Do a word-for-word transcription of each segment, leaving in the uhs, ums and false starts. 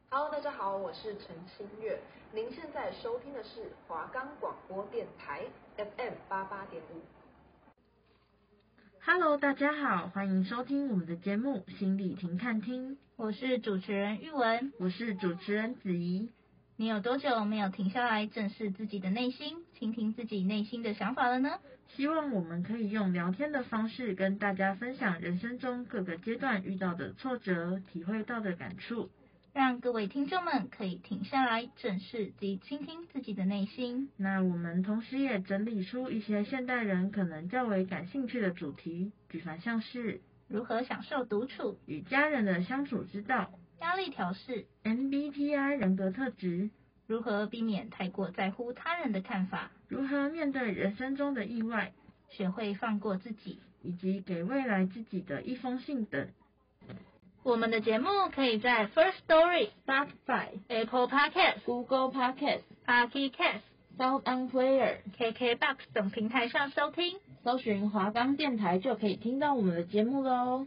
Hello， 大家好，我是陈清月。您现在收听的是华冈广播电台 F M 八八点五。 Hello， 大家好，欢迎收听我们的节目《心理停看听》。 我是主持人玉文， 我是主持人子怡。 你有多久没有停下来正视自己的内心，倾听自己内心的想法了呢？ 希望我们可以用聊天的方式跟大家分享人生中各个阶段遇到的挫折，体会到的感触， 让各位听众们可以停下来正视及倾听自己的内心。 那我们同时也整理出一些现代人可能较为感兴趣的主题，举凡像是如何享受独处、 与家人的相处之道、 压力调试、 M B T I 人格特质、 如何避免太过在乎他人的看法、 如何面对人生中的意外、 学会放过自己， 以及给未来自己的一封信等。 我们的节目可以在 First Story、Spotify、Apple Podcast、Google Podcast、Pocket Cast、Sound On Player、K K Box 等平台上收听， 搜寻华冈电台就可以听到我们的节目喽。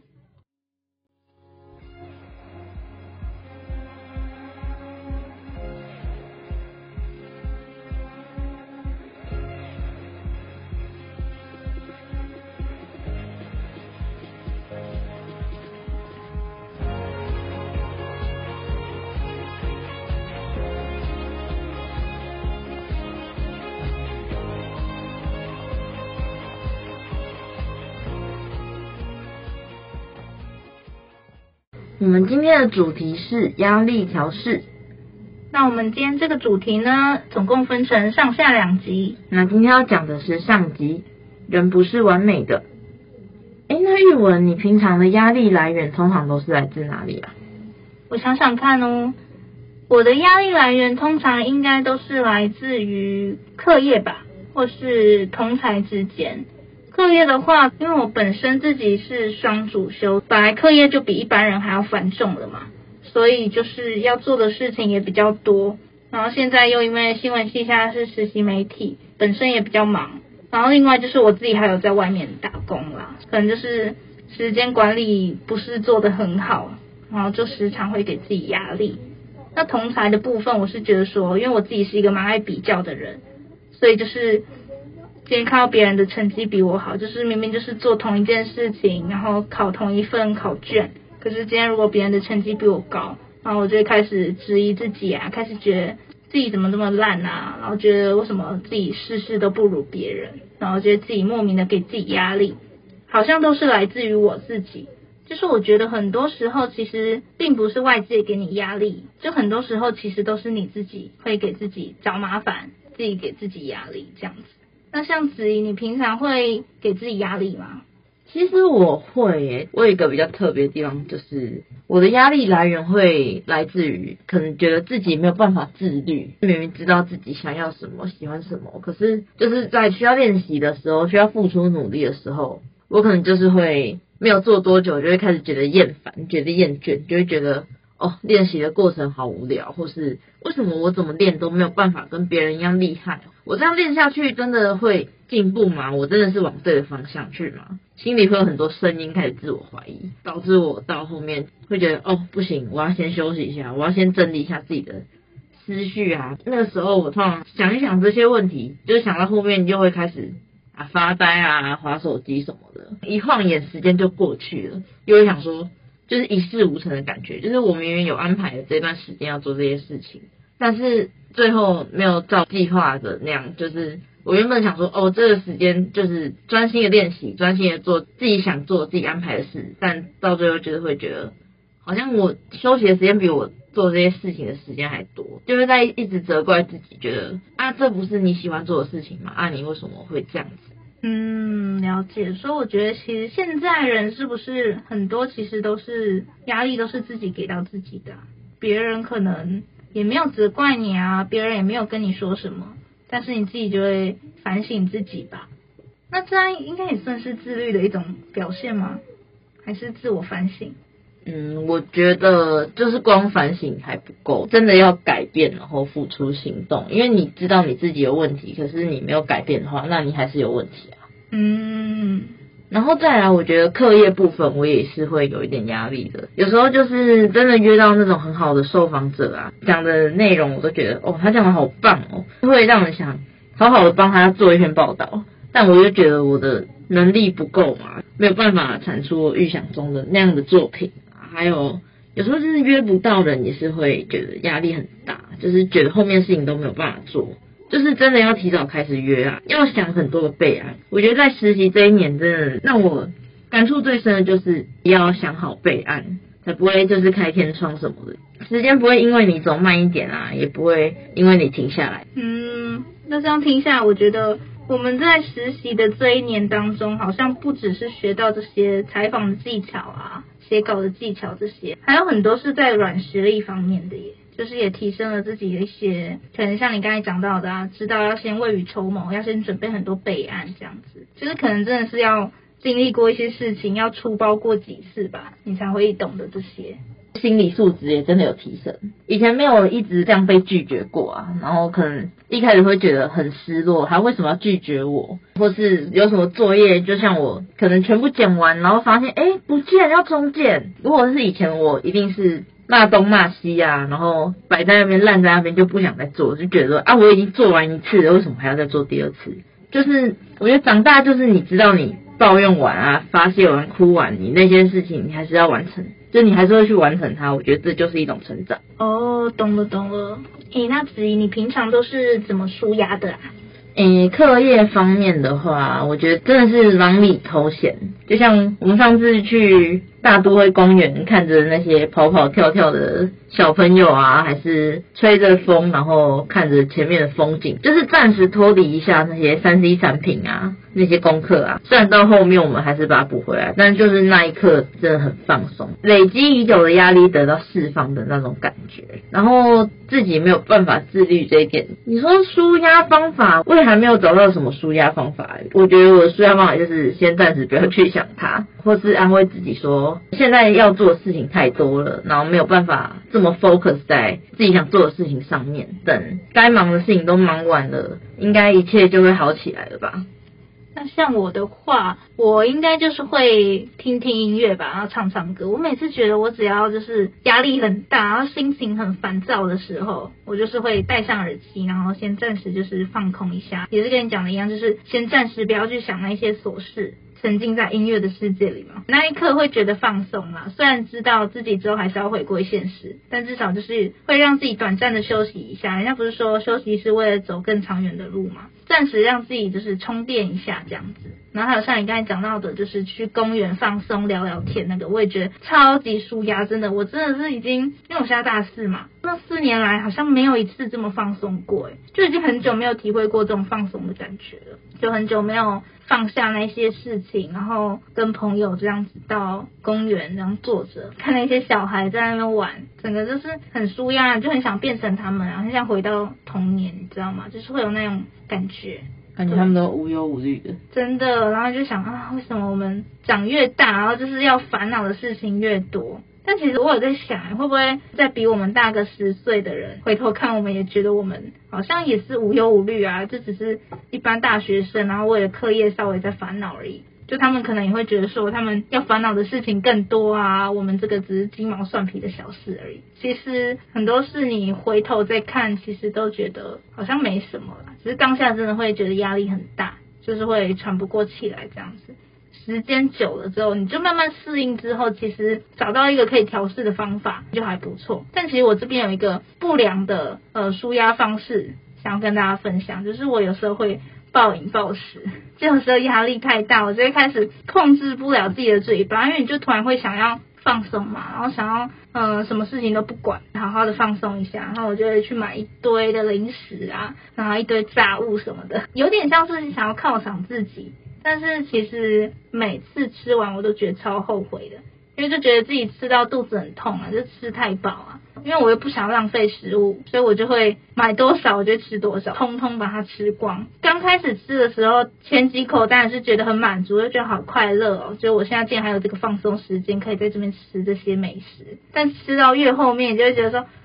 我们今天的主题是压力调试。 那我们今天这个主题呢，总共分成上下两集。 那今天要讲的是上集，人不是完美的。诶，那玉文，你平常的压力来源通常都是来自哪里啊？ 我想想看哦，我的压力来源通常应该都是来自于课业吧，或是同侪之间。课业的话，因为我本身自己是双主修，本来课业就比一般人还要繁重了嘛，所以就是要做的事情也比较多。然后现在又因为新闻系现在是实习媒体，本身也比较忙。然后另外就是我自己还有在外面打工啦，可能就是时间管理不是做得很好，然后就时常会给自己压力。那同侪的部分，我是觉得说，因为我自己是一个蛮爱比较的人，所以就是今天看到别人的成绩比我好，就是明明就是做同一件事情，然后考同一份考卷，可是今天如果别人的成绩比我高，然后我就会开始质疑自己啊，开始觉得自己怎么这么烂啊，然后觉得为什么自己事事都不如别人，然后觉得自己莫名的给自己压力，好像都是来自于我自己。就是我觉得很多时候其实并不是外界给你压力，就很多时候其实都是你自己会给自己找麻烦，自己给自己压力这样子。那像子怡，你平常会给自己压力吗？ 其实我会耶，我有一个比较特别的地方，就是我的压力来源会来自于可能觉得自己没有办法自律，明明知道自己想要什么喜欢什么，可是就是在需要练习的时候，需要付出努力的时候，我可能就是会没有做多久就会开始觉得厌烦，觉得厌倦，就会觉得哦，练习的过程好无聊，或是为什么我怎么练都没有办法跟别人一样厉害，我这样练下去真的会进步吗？我真的是往对的方向去吗？心里会有很多声音开始自我怀疑，导致我到后面会觉得哦不行，我要先休息一下，我要先整理一下自己的思绪啊。那个时候我通常想一想这些问题，就是想到后面就会开始啊发呆啊滑手机什么的，一晃眼时间就过去了，又会想说就是一事无成的感觉，就是我明明有安排的这段时间要做这些事情，但是最后没有照计划的那样，就是我原本想说哦这个时间就是专心的练习，专心的做自己想做自己安排的事，但到最后就是会觉得好像我休息的时间比我做这些事情的时间还多，就是在一直责怪自己，觉得啊这不是你喜欢做的事情吗？啊你为什么会这样子？ 嗯，了解。所以我觉得其实现在人是不是很多其实都是压力都是自己给到自己的，别人可能也没有责怪你啊，别人也没有跟你说什么，但是你自己就会反省自己吧。那这样应该也算是自律的一种表现吗？还是自我反省？ 嗯，我觉得就是光反省还不够，真的要改变，然后付出行动。因为你知道你自己有问题，可是你没有改变的话，那你还是有问题啊。 嗯然后再来，我觉得课业部分我也是会有一点压力的。有时候就是真的约到那种很好的受访者啊，讲的内容我都觉得哦，他讲的好棒哦，会让人想好好的帮他做一篇报道。但我又觉得我的能力不够嘛，没有办法产出我预想中的那样的作品。还有有时候就是约不到人，也是会觉得压力很大，就是觉得后面事情都没有办法做。就是真的要提早开始约啊，要想很多的备案。我觉得在实习这一年，真的让我感触最深的就是要想好备案，才不会就是开天窗什么的。时间不会因为你走慢一点啊，也不会因为你停下来。 嗯，那这样听下来，我觉得我们在实习的这一年当中，好像不只是学到这些采访的技巧啊、写稿的技巧这些，还有很多是在软实力方面的耶。就是也提升了自己的一些，可能像你刚才讲到的啊，知道要先未雨绸缪，要先准备很多备案这样子，就是可能真的是要经历过一些事情，要出包过几次吧，你才会懂得这些。 心理素质也真的有提升，以前没有一直这样被拒绝过啊，然后可能一开始会觉得很失落，他为什么要拒绝我，或是有什么作业，就像我可能全部剪完，然后发现诶不见，要重剪。如果是以前我一定是骂东骂西啊，然后摆在那边烂在那边就不想再做，就觉得啊我已经做完一次了，为什么还要再做第二次？就是我觉得长大就是你知道你抱怨完啊、发泄完、哭完，你那件事情你还是要完成，就你还是会去完成它。我觉得这就是一种成长。 哦，懂了懂了。诶，那子怡，你平常都是怎么抒压的啊？ 诶，课业方面的话，我觉得真的是忙里偷闲。就像我们上次去大都会公园，看着那些跑跑跳跳的小朋友啊，还是吹着风，然后看着前面的风景，就是暂时脱离一下那些 三 C 产品啊，那些功课啊。虽然到后面我们还是把它补回来，但就是那一刻真的很放松，累积已久的压力得到释放的那种感觉。然后自己没有办法自律这一点，你说抒压方法，我也还没有找到什么抒压方法。我觉得我的抒压方法就是先暂时不要去想它，或是安慰自己说现在要做的事情太多了，然后没有办法这么 focus 在自己想做的事情上面，等该忙的事情都忙完了，应该一切就会好起来了吧。 那像我的话，我应该就是会听听音乐吧，然后唱唱歌。我每次觉得我只要就是压力很大，然后心情很烦躁的时候，我就是会戴上耳机，然后先暂时就是放空一下，也是跟你讲的一样，就是先暂时不要去想那些琐事，沉浸在音乐的世界里嘛。那一刻会觉得放松啦，虽然知道自己之后还是要回归现实，但至少就是会让自己短暂的休息一下。人家不是说休息是为了走更长远的路嘛，暂时让自己就是充电一下这样子。然后还有像你刚才讲到的，就是去公园放松聊聊天，那个我也觉得超级舒压，真的，我真的是已经，因为我现在大四嘛，那四年来好像没有一次这么放松过，诶，就已经很久没有体会过这种放松的感觉了，就很久没有放下那些事情，然后跟朋友这样子到公园这样坐着，看那些小孩在那边玩，整个就是很舒压，就很想变成他们啊，很想回到童年，你知道吗？就是会有那种感觉。 感觉他们都无忧无虑的， 真的。然后就想啊，为什么我们长越大，然后就是要烦恼的事情越多？但其实我有在想，会不会在比我们大个十岁的人回头看我们，也觉得我们好像也是无忧无虑啊，就只是一般大学生，然后为了课业稍微在烦恼而已。就他们可能也会觉得说，他们要烦恼的事情更多啊，我们这个只是鸡毛蒜皮的小事而已。其实很多事你回头再看，其实都觉得好像没什么啦，只是当下真的会觉得压力很大，就是会喘不过气来这样子。时间久了之后，你就慢慢适应之后，其实找到一个可以调试的方法就还不错。但其实我这边有一个不良的呃抒压方式想要跟大家分享，就是我有时候会暴饮暴食，就有时候压力太大，我就会开始控制不了自己的嘴巴，因为你就突然会想要放松嘛，然后想要呃什么事情都不管，好好的放松一下，然后我就会去买一堆的零食啊，然后一堆炸物什么的，有点像是想要犒赏自己。但是其实每次吃完我都觉得超后悔的，因为就觉得自己吃到肚子很痛啊，就吃太饱啊，因为我又不想浪费食物，所以我就会买多少我就吃多少，通通把它吃光。刚开始吃的时候，前几口当然是觉得很满足，就觉得好快乐哦，所以我现在竟然还有这个放松时间，可以在这边吃这些美食。但吃到越后面，就会觉得说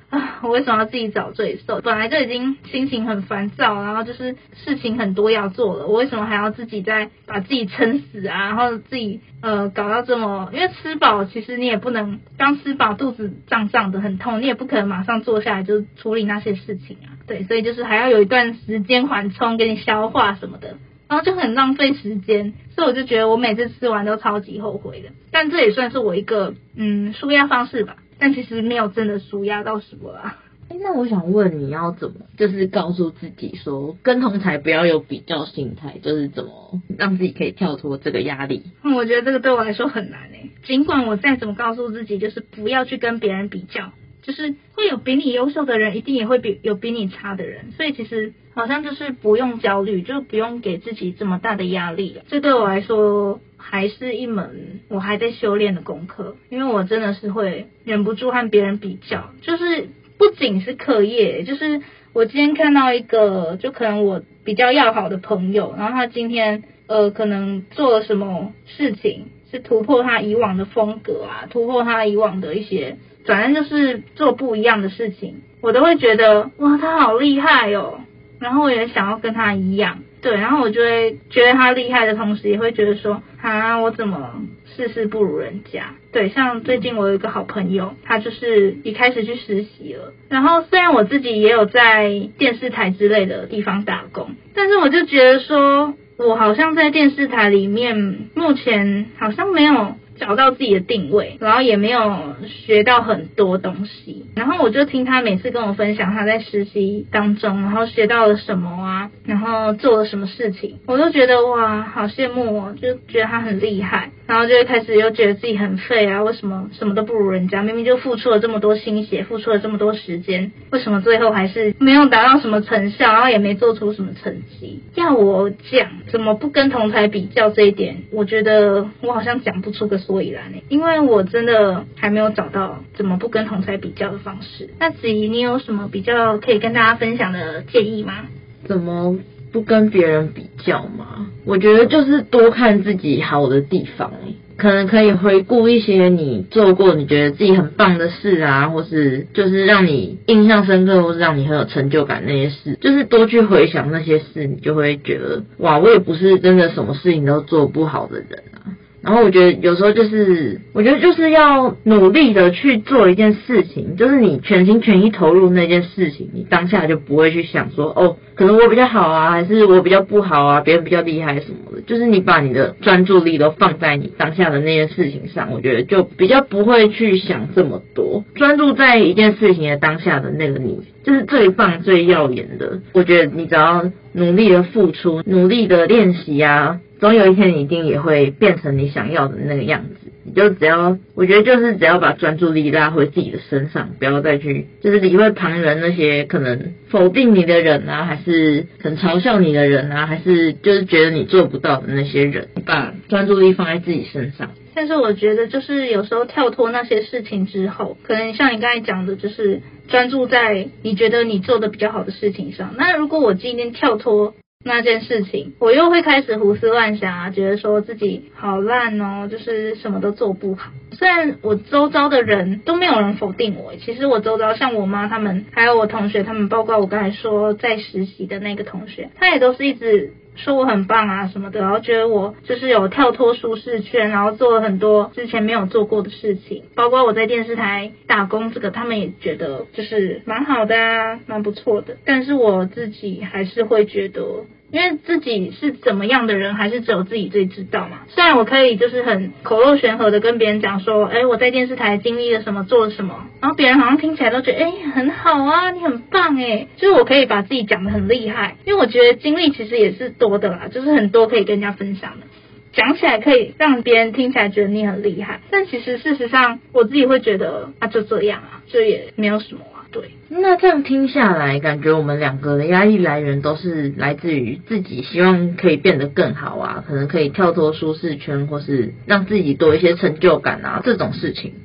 啊，我为什么要自己找罪受？本来就已经心情很烦躁，然后就是事情很多要做了，我为什么还要自己再把自己撑死啊？然后自己呃搞到这么，因为吃饱其实你也不能刚吃饱肚子胀胀的很痛，你也不可能马上坐下来就处理那些事情啊。对，所以就是还要有一段时间缓冲给你消化什么的。然后就很浪费时间，所以我就觉得我每次吃完都超级后悔的。但这也算是我一个嗯抒压方式吧，但其实没有真的抒压到什么啊。 哎，那我想问你要怎么，就是告诉自己说，跟同才不要有比较心态，就是怎么让自己可以跳脱这个压力？ 嗯，我觉得这个对我来说很难诶。尽管我再怎么告诉自己，就是不要去跟别人比较，就是会有比你优秀的人，一定也会比有比你差的人，所以其实好像就是不用焦虑，就不用给自己这么大的压力了。这对我来说还是一门我还在修炼的功课，因为我真的是会忍不住和别人比较，就是不仅是课业，就是我今天看到一个就可能我比较要好的朋友，然后他今天呃可能做了什么事情是突破他以往的风格啊，突破他以往的一些反正就是做不一样的事情，我都会觉得哇他好厉害哦，然后我也想要跟他一样，对，然后我就会觉得他厉害的同时也会觉得说啊我怎么事事不如人家。对，像最近我有一个好朋友，他就是一开始去实习了，然后虽然我自己也有在电视台之类的地方打工，但是我就觉得说我好像在电视台里面目前好像没有找到自己的定位，然后也没有学到很多东西。然后我就听他每次跟我分享他在实习当中然后学到了什么啊，然后做了什么事情，我都觉得哇好羡慕哦，就觉得他很厉害，然后就会开始又觉得自己很废啊，为什么什么都不如人家，明明就付出了这么多心血，付出了这么多时间，为什么最后还是没有达到什么成效，然后也没做出什么成绩。要我讲怎么不跟同才比较这一点，我觉得我好像讲不出个所以然欸，因为我真的还没有找到怎么不跟同才比较的方式。那子怡你有什么比较可以跟大家分享的建议吗？ 怎么不跟别人比较嘛？我觉得就是多看自己好的地方欸，可能可以回顾一些你做过你觉得自己很棒的事啊，或是就是让你印象深刻或是让你很有成就感那些事，就是多去回想那些事，你就会觉得哇我也不是真的什么事情都做不好的人啊。然后我觉得有时候就是我觉得就是要努力的去做一件事情，就是你全心全意投入那件事情，你当下就不会去想说哦可能我比较好啊，还是我比较不好啊，别人比较厉害什么的，就是你把你的专注力都放在你当下的那件事情上，我觉得就比较不会去想这么多，专注在一件事情的当下的那个你就是最棒最耀眼的。我觉得你只要努力的付出，努力的练习啊，总有一天你一定也会变成你想要的那个样子。你就只要我觉得就是只要把专注力拉回自己的身上，不要再去就是理会旁人那些可能否定你的人啊，还是可能嘲笑你的人啊，还是就是觉得你做不到的那些人，把专注力放在自己身上。 但是我觉得就是有时候跳脱那些事情之后，可能像你刚才讲的就是专注在你觉得你做的比较好的事情上。那如果我今天跳脱那件事情，我又会开始胡思乱想啊，觉得说自己好烂哦，就是什么都做不好。虽然我周遭的人都没有人否定我，其实我周遭像我妈他们，还有我同学他们，包括我刚才说在实习的那个同学，他也都是一直说我很棒啊什么的，然后觉得我就是有跳脱舒适圈，然后做了很多之前没有做过的事情，包括我在电视台打工这个，他们也觉得就是蛮好的啊，蛮不错的。但是我自己还是会觉得，因为自己是怎么样的人还是只有自己最知道嘛。虽然我可以就是很口若悬河的跟别人讲说诶我在电视台经历了什么做了什么，然后别人好像听起来都觉得诶很好啊，你很棒诶，就是我可以把自己讲得很厉害，因为我觉得经历其实也是多的啦，就是很多可以跟人家分享的，讲起来可以让别人听起来觉得你很厉害，但其实事实上我自己会觉得啊就这样啊，就也没有什么啊。对， 那这样听下来，感觉我们两个的压力来源都是来自于自己希望可以变得更好啊，可能可以跳脱舒适圈，或是让自己多一些成就感啊，这种事情。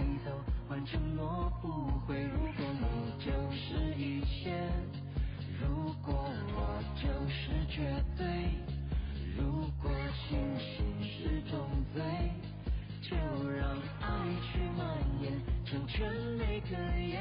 承诺不会，如果你就是一切，如绝对。如果情绪是种罪，就让爱去蔓延，成全每个夜。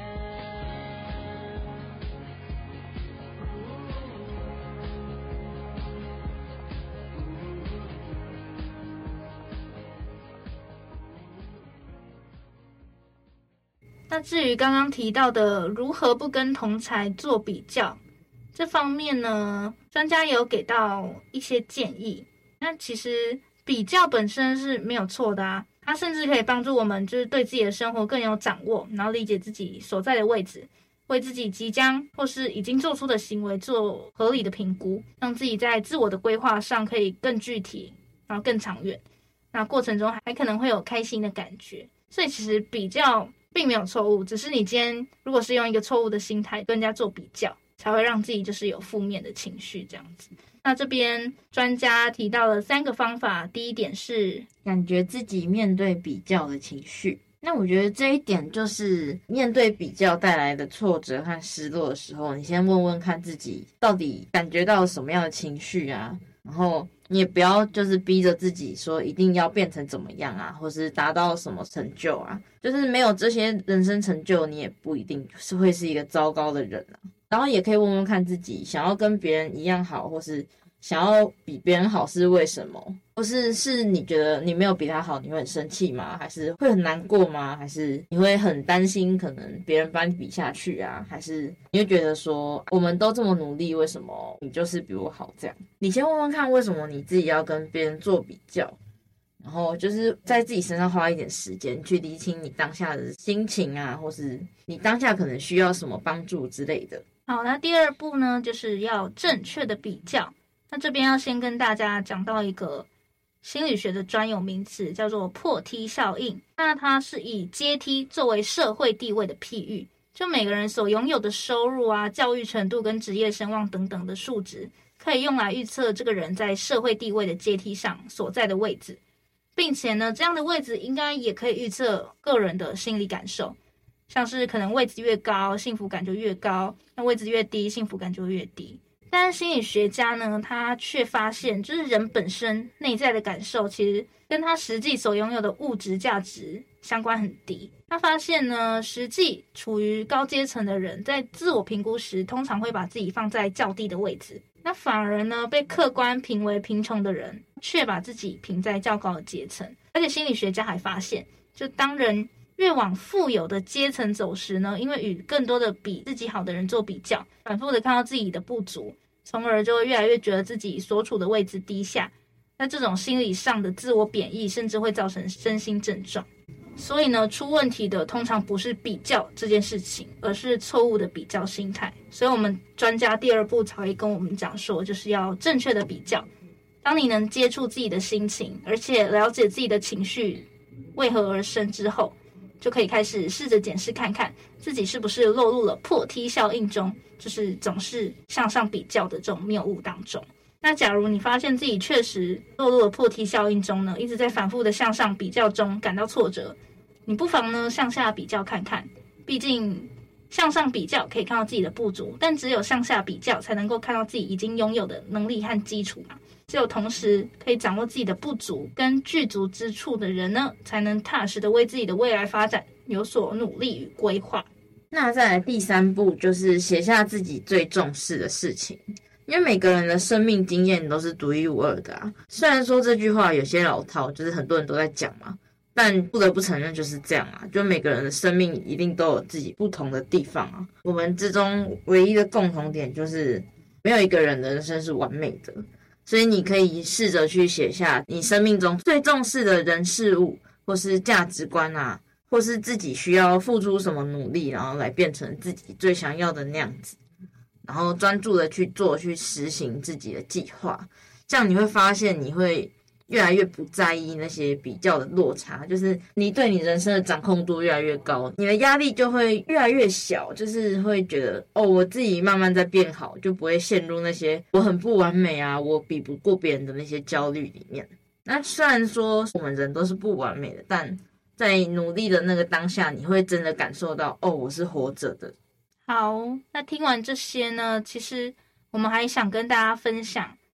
那至于刚刚提到的如何不跟同侪做比较，这方面呢，专家也有给到一些建议。那其实比较本身是没有错的啊，它甚至可以帮助我们就是对自己的生活更有掌握，然后理解自己所在的位置，为自己即将或是已经做出的行为做合理的评估，让自己在自我的规划上可以更具体，然后更长远。那过程中还可能会有开心的感觉，所以其实比较并没有错误，只是你今天如果是用一个错误的心态跟人家做比较，才会让自己就是有负面的情绪这样子。那这边专家提到了三个方法，第一点是感觉自己面对比较的情绪。那我觉得这一点就是面对比较带来的挫折和失落的时候，你先问问看自己到底感觉到什么样的情绪啊，然后你也不要就是逼着自己说一定要变成怎么样啊，或是达到什么成就啊，就是没有这些人生成就，你也不一定是会是一个糟糕的人啊。然后也可以问问看自己，想要跟别人一样好，或是想要比别人好是为什么？或是是你觉得你没有比他好，你会很生气吗？还是会很难过吗？还是你会很担心可能别人把你比下去啊？还是你会觉得说我们都这么努力，为什么你就是比我好这样？你先问问看为什么你自己要跟别人做比较，然后就是在自己身上花一点时间去厘清你当下的心情啊，或是你当下可能需要什么帮助之类的。 好，那第二步呢，就是要正确的比较。那这边要先跟大家讲到一个心理学的专有名词，叫做破梯效应。那它是以阶梯作为社会地位的譬喻，就每个人所拥有的收入啊、教育程度跟职业声望等等的数值，可以用来预测这个人在社会地位的阶梯上所在的位置，并且呢，这样的位置应该也可以预测个人的心理感受。像是可能位置越高，幸福感就越高，那位置越低，幸福感就越低。但是心理学家呢，他却发现，就是人本身内在的感受，其实跟他实际所拥有的物质价值相关很低。他发现呢，实际处于高阶层的人，在自我评估时，通常会把自己放在较低的位置。那反而呢，被客观评为贫穷的人，却把自己评在较高的阶层。而且心理学家还发现，就当人越往富有的阶层走时呢，因为与更多的比自己好的人做比较，反复的看到自己的不足，从而就会越来越觉得自己所处的位置低下。那这种心理上的自我贬义，甚至会造成身心症状。所以呢，出问题的通常不是比较这件事情，而是错误的比较心态。所以我们专家第二步才会跟我们讲说，就是要正确的比较。当你能接触自己的心情，而且了解自己的情绪为何而生之后，就可以开始试着检视看看自己是不是落入了破梯效应中，就是总是向上比较的这种谬误当中。那假如你发现自己确实落入了破梯效应中呢，一直在反复的向上比较中感到挫折，你不妨呢向下比较看看。毕竟向上比较可以看到自己的不足，但只有向下比较才能够看到自己已经拥有的能力和基础嘛。只有同时可以掌握自己的不足跟具足之处的人呢，才能踏实的为自己的未来发展有所努力与规划。 那再来第三步，就是写下自己最重视的事情。因为每个人的生命经验都是独一无二的啊。虽然说这句话有些老套，就是很多人都在讲嘛，但不得不承认就是这样啊。就每个人的生命一定都有自己不同的地方啊。我们之中唯一的共同点就是没有一个人的人生是完美的。所以你可以试着去写下你生命中最重视的人事物，或是价值观啊，或是自己需要付出什么努力，然后来变成自己最想要的那样子，然后专注的去做，去实行自己的计划。这样你会发现你会越来越不在意那些比较的落差，就是你对你人生的掌控度越来越高，你的压力就会越来越小，就是会觉得哦，我自己慢慢在变好，就不会陷入那些我很不完美啊，我比不过别人的那些焦虑里面。那虽然说我们人都是不完美的，但在努力的那个当下，你会真的感受到哦，我是活着的。 好，那听完这些呢，其实我们还想跟大家分享，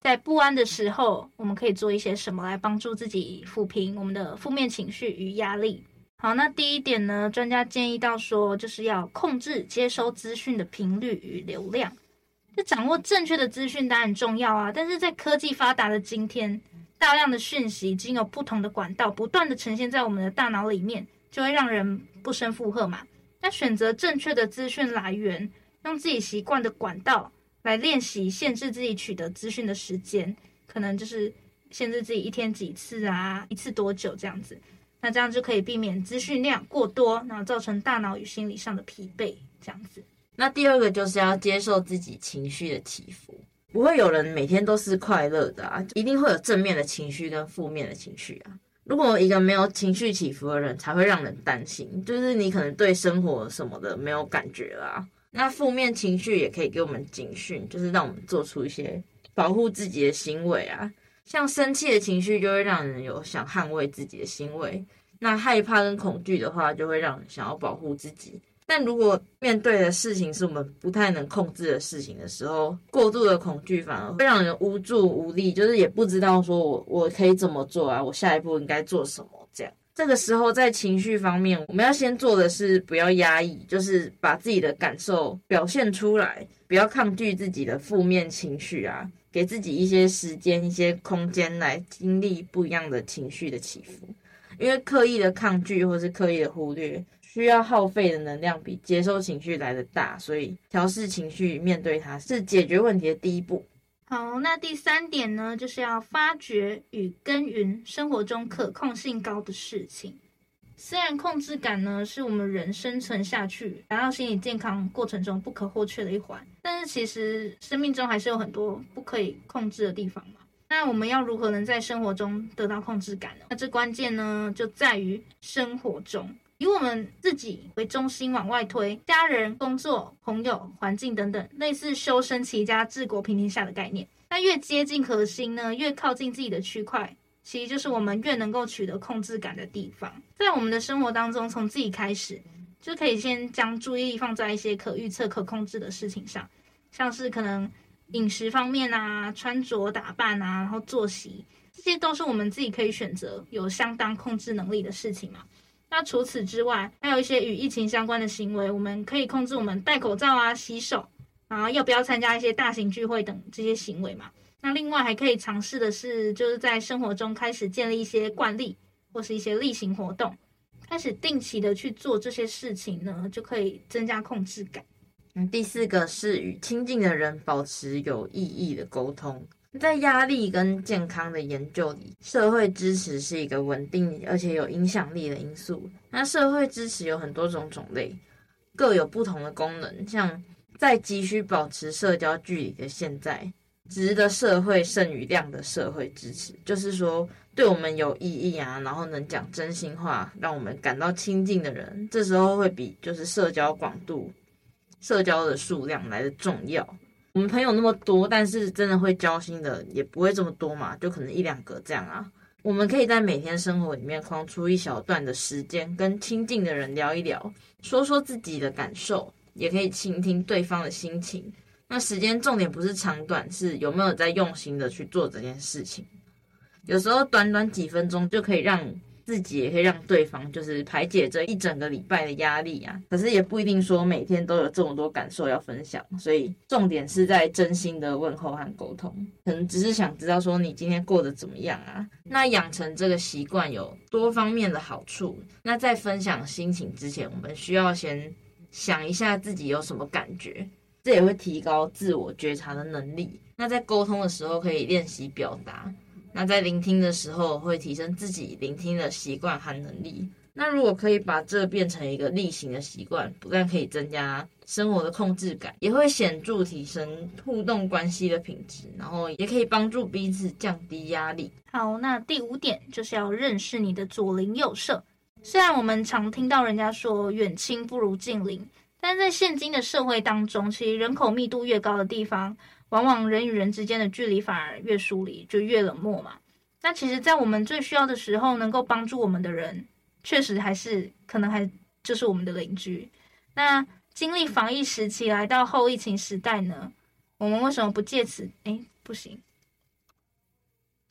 在不安的时候，我们可以做一些什么来帮助自己抚平我们的负面情绪与压力。好，那第一点呢，专家建议到说，就是要控制接收资讯的频率与流量。就掌握正确的资讯当然很重要啊，但是在科技发达的今天，大量的讯息经由不同的管道不断的呈现在我们的大脑里面，就会让人不胜负荷嘛。那选择正确的资讯来源，用自己习惯的管道来练习限制自己取得资讯的时间，可能就是限制自己一天几次啊，一次多久这样子。那这样就可以避免资讯量过多，然后造成大脑与心理上的疲惫这样子。 那第二个就是要接受自己情绪的起伏，不会有人每天都是快乐的啊，一定会有正面的情绪跟负面的情绪啊。如果一个没有情绪起伏的人，才会让人担心，就是你可能对生活什么的没有感觉啦。那负面情绪也可以给我们警讯，就是让我们做出一些保护自己的行为啊。像生气的情绪就会让人有想捍卫自己的行为，那害怕跟恐惧的话，就会让人想要保护自己。但如果面对的事情是我们不太能控制的事情的时候，过度的恐惧反而会让人无助无力，就是也不知道说我我可以怎么做啊，我下一步应该做什么这样。这个时候在情绪方面，我们要先做的是不要压抑，就是把自己的感受表现出来，不要抗拒自己的负面情绪啊，给自己一些时间一些空间来经历不一样的情绪的起伏。因为刻意的抗拒或是刻意的忽略，需要耗费的能量比接收情绪来的大，所以调试情绪，面对它是解决问题的第一步。 好，那第三点呢，就是要发掘与耕耘生活中可控性高的事情。虽然控制感呢是我们人生存下去、达到心理健康过程中不可或缺的一环，但是其实生命中还是有很多不可以控制的地方嘛。那我们要如何能在生活中得到控制感呢？那这关键呢就在于生活中，以我们自己为中心往外推，家人、工作、朋友、环境等等，类似修身齐家治国平天下的概念。那越接近核心呢，越靠近自己的区块，其实就是我们越能够取得控制感的地方。在我们的生活当中，从自己开始，就可以先将注意力放在一些可预测、可控制的事情上，像是可能饮食方面啊、穿着打扮啊，然后作息，这些都是我们自己可以选择有相当控制能力的事情嘛。那除此之外，还有一些与疫情相关的行为，我们可以控制我们戴口罩啊、洗手啊、要不要参加一些大型聚会等这些行为嘛。那另外还可以尝试的是，就是在生活中开始建立一些惯例或是一些例行活动，开始定期的去做这些事情呢，就可以增加控制感。 嗯，第四个是与亲近的人保持有意义的沟通。在压力跟健康的研究里，社会支持是一个稳定而且有影响力的因素。那社会支持有很多种种类，各有不同的功能。像在急需保持社交距离的现在，质的社会胜于量的社会支持，就是说对我们有意义啊，然后能讲真心话，让我们感到亲近的人，这时候会比就是社交广度、社交的数量来的重要。我们朋友那么多，但是真的会交心的也不会这么多嘛，就可能一两个这样啊。我们可以在每天生活里面框出一小段的时间，跟亲近的人聊一聊，说说自己的感受，也可以倾听对方的心情。那时间重点不是长短，是有没有在用心的去做这件事情。有时候短短几分钟就可以让自己也可以让对方就是排解这一整个礼拜的压力啊，可是也不一定说每天都有这么多感受要分享，所以重点是在真心的问候和沟通，可能只是想知道说你今天过得怎么样啊。那养成这个习惯有多方面的好处，那在分享心情之前，我们需要先想一下自己有什么感觉，这也会提高自我觉察的能力。那在沟通的时候可以练习表达，那在聆听的时候会提升自己聆听的习惯和能力。那如果可以把这变成一个例行的习惯，不但可以增加生活的控制感，也会显著提升互动关系的品质，然后也可以帮助彼此降低压力。 好，那第五点就是要认识你的左邻右舍。虽然我们常听到人家说远亲不如近邻，但在现今的社会当中，其实人口密度越高的地方，往往人与人之间的距离反而越疏离，就越冷漠嘛。那其实在我们最需要的时候，能够帮助我们的人，确实还是可能还就是我们的邻居。那经历防疫时期来到后疫情时代呢，我们为什么不借此诶不行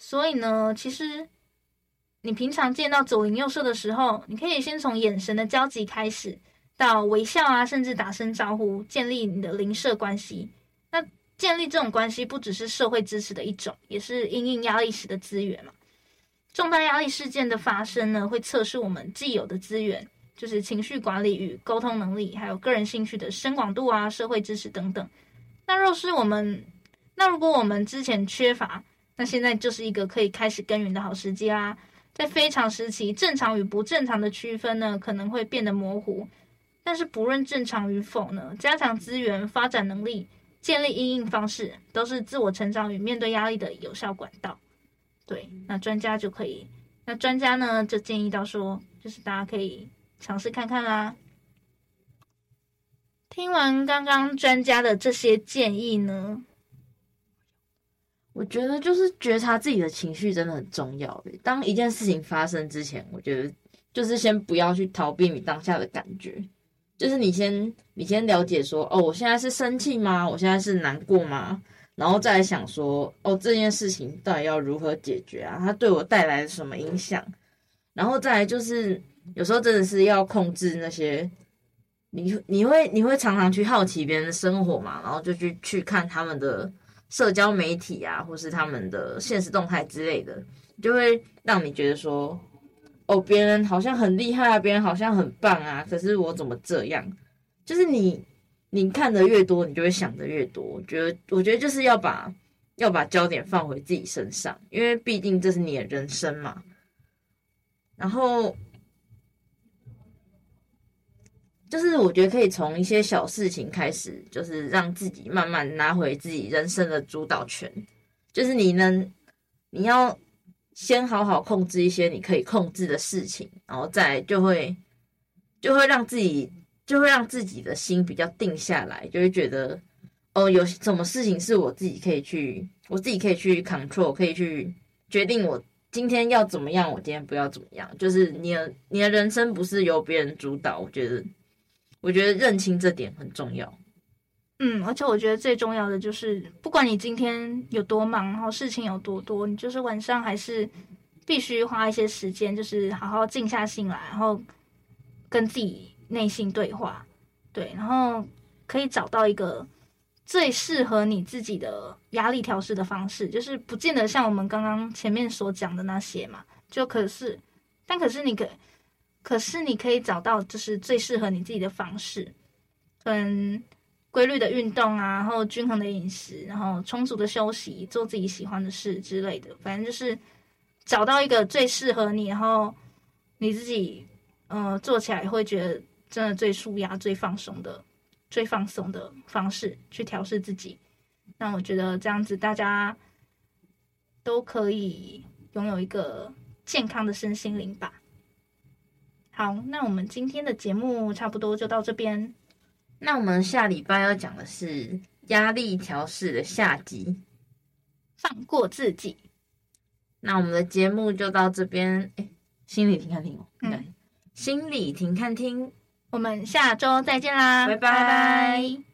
所以呢，其实你平常见到左邻右舍的时候，你可以先从眼神的交集开始，到微笑啊，甚至打声招呼，建立你的邻舍关系。那建立这种关系不只是社会支持的一种，也是因应压力时的资源嘛。重大压力事件的发生呢，会测试我们既有的资源，就是情绪管理与沟通能力，还有个人兴趣的深广度啊，社会支持等等。那若是我们，那如果我们之前缺乏，那现在就是一个可以开始耕耘的好时机啦。在非常时期，正常与不正常的区分呢，可能会变得模糊。但是不论正常与否呢，加强资源、发展能力、建立因应方式，都是自我成长与面对压力的有效管道。对，那专家就可以，那专家呢就建议到说，就是大家可以尝试看看啦。听完刚刚专家的这些建议呢， 我觉得就是觉察自己的情绪真的很重要。当一件事情发生之前，我觉得就是先不要去逃避你当下的感觉，就是你先你先了解说，哦，我现在是生气吗？我现在是难过吗？然后再来想说，哦，这件事情到底要如何解决啊？它对我带来了什么影响？然后再来就是有时候真的是要控制那些，你你会你会常常去好奇别人的生活嘛，然后就去去看他们的社交媒体啊，或是他们的现实动态之类的，就会让你觉得说，哦，别人好像很厉害啊，别人好像很棒啊，可是我怎么这样？就是你你看的越多，你就会想的越多。我觉得我觉得就是要把要把焦点放回自己身上，因为毕竟这是你的人生嘛。然后就是我觉得可以从一些小事情开始，就是让自己慢慢拿回自己人生的主导权。就是你能，你要先好好控制一些你可以控制的事情，然后再来就会就会让自己就会让自己的心比较定下来，就会觉得哦，有什么事情是我自己可以去，我自己可以去 control， 可以去决定我今天要怎么样，我今天不要怎么样。就是你的你的人生不是由别人主导，我觉得。我觉得认清这点很重要。 嗯，而且我觉得最重要的就是，不管你今天有多忙，然后事情有多多，你就是晚上还是必须花一些时间，就是好好静下心来，然后跟自己内心对话，对，然后可以找到一个最适合你自己的压力调试的方式，就是不见得像我们刚刚前面所讲的那些嘛，就可是，但可是你可。可是你可以找到就是最适合你自己的方式，嗯，规律的运动啊，然后均衡的饮食，然后充足的休息，做自己喜欢的事之类的，反正就是找到一个最适合你，然后你自己呃做起来会觉得真的最舒压、最放松的、最放松的方式去调试自己。那我觉得这样子大家都可以拥有一个健康的身心灵吧。好，那我们今天的节目差不多就到这边。 那我们下礼拜要讲的是压力调试的下集， 放过自己。 那我们的节目就到这边，哎，心理停看听哦， 嗯， 心理停看听， 我们下周再见啦， 拜拜。 拜拜。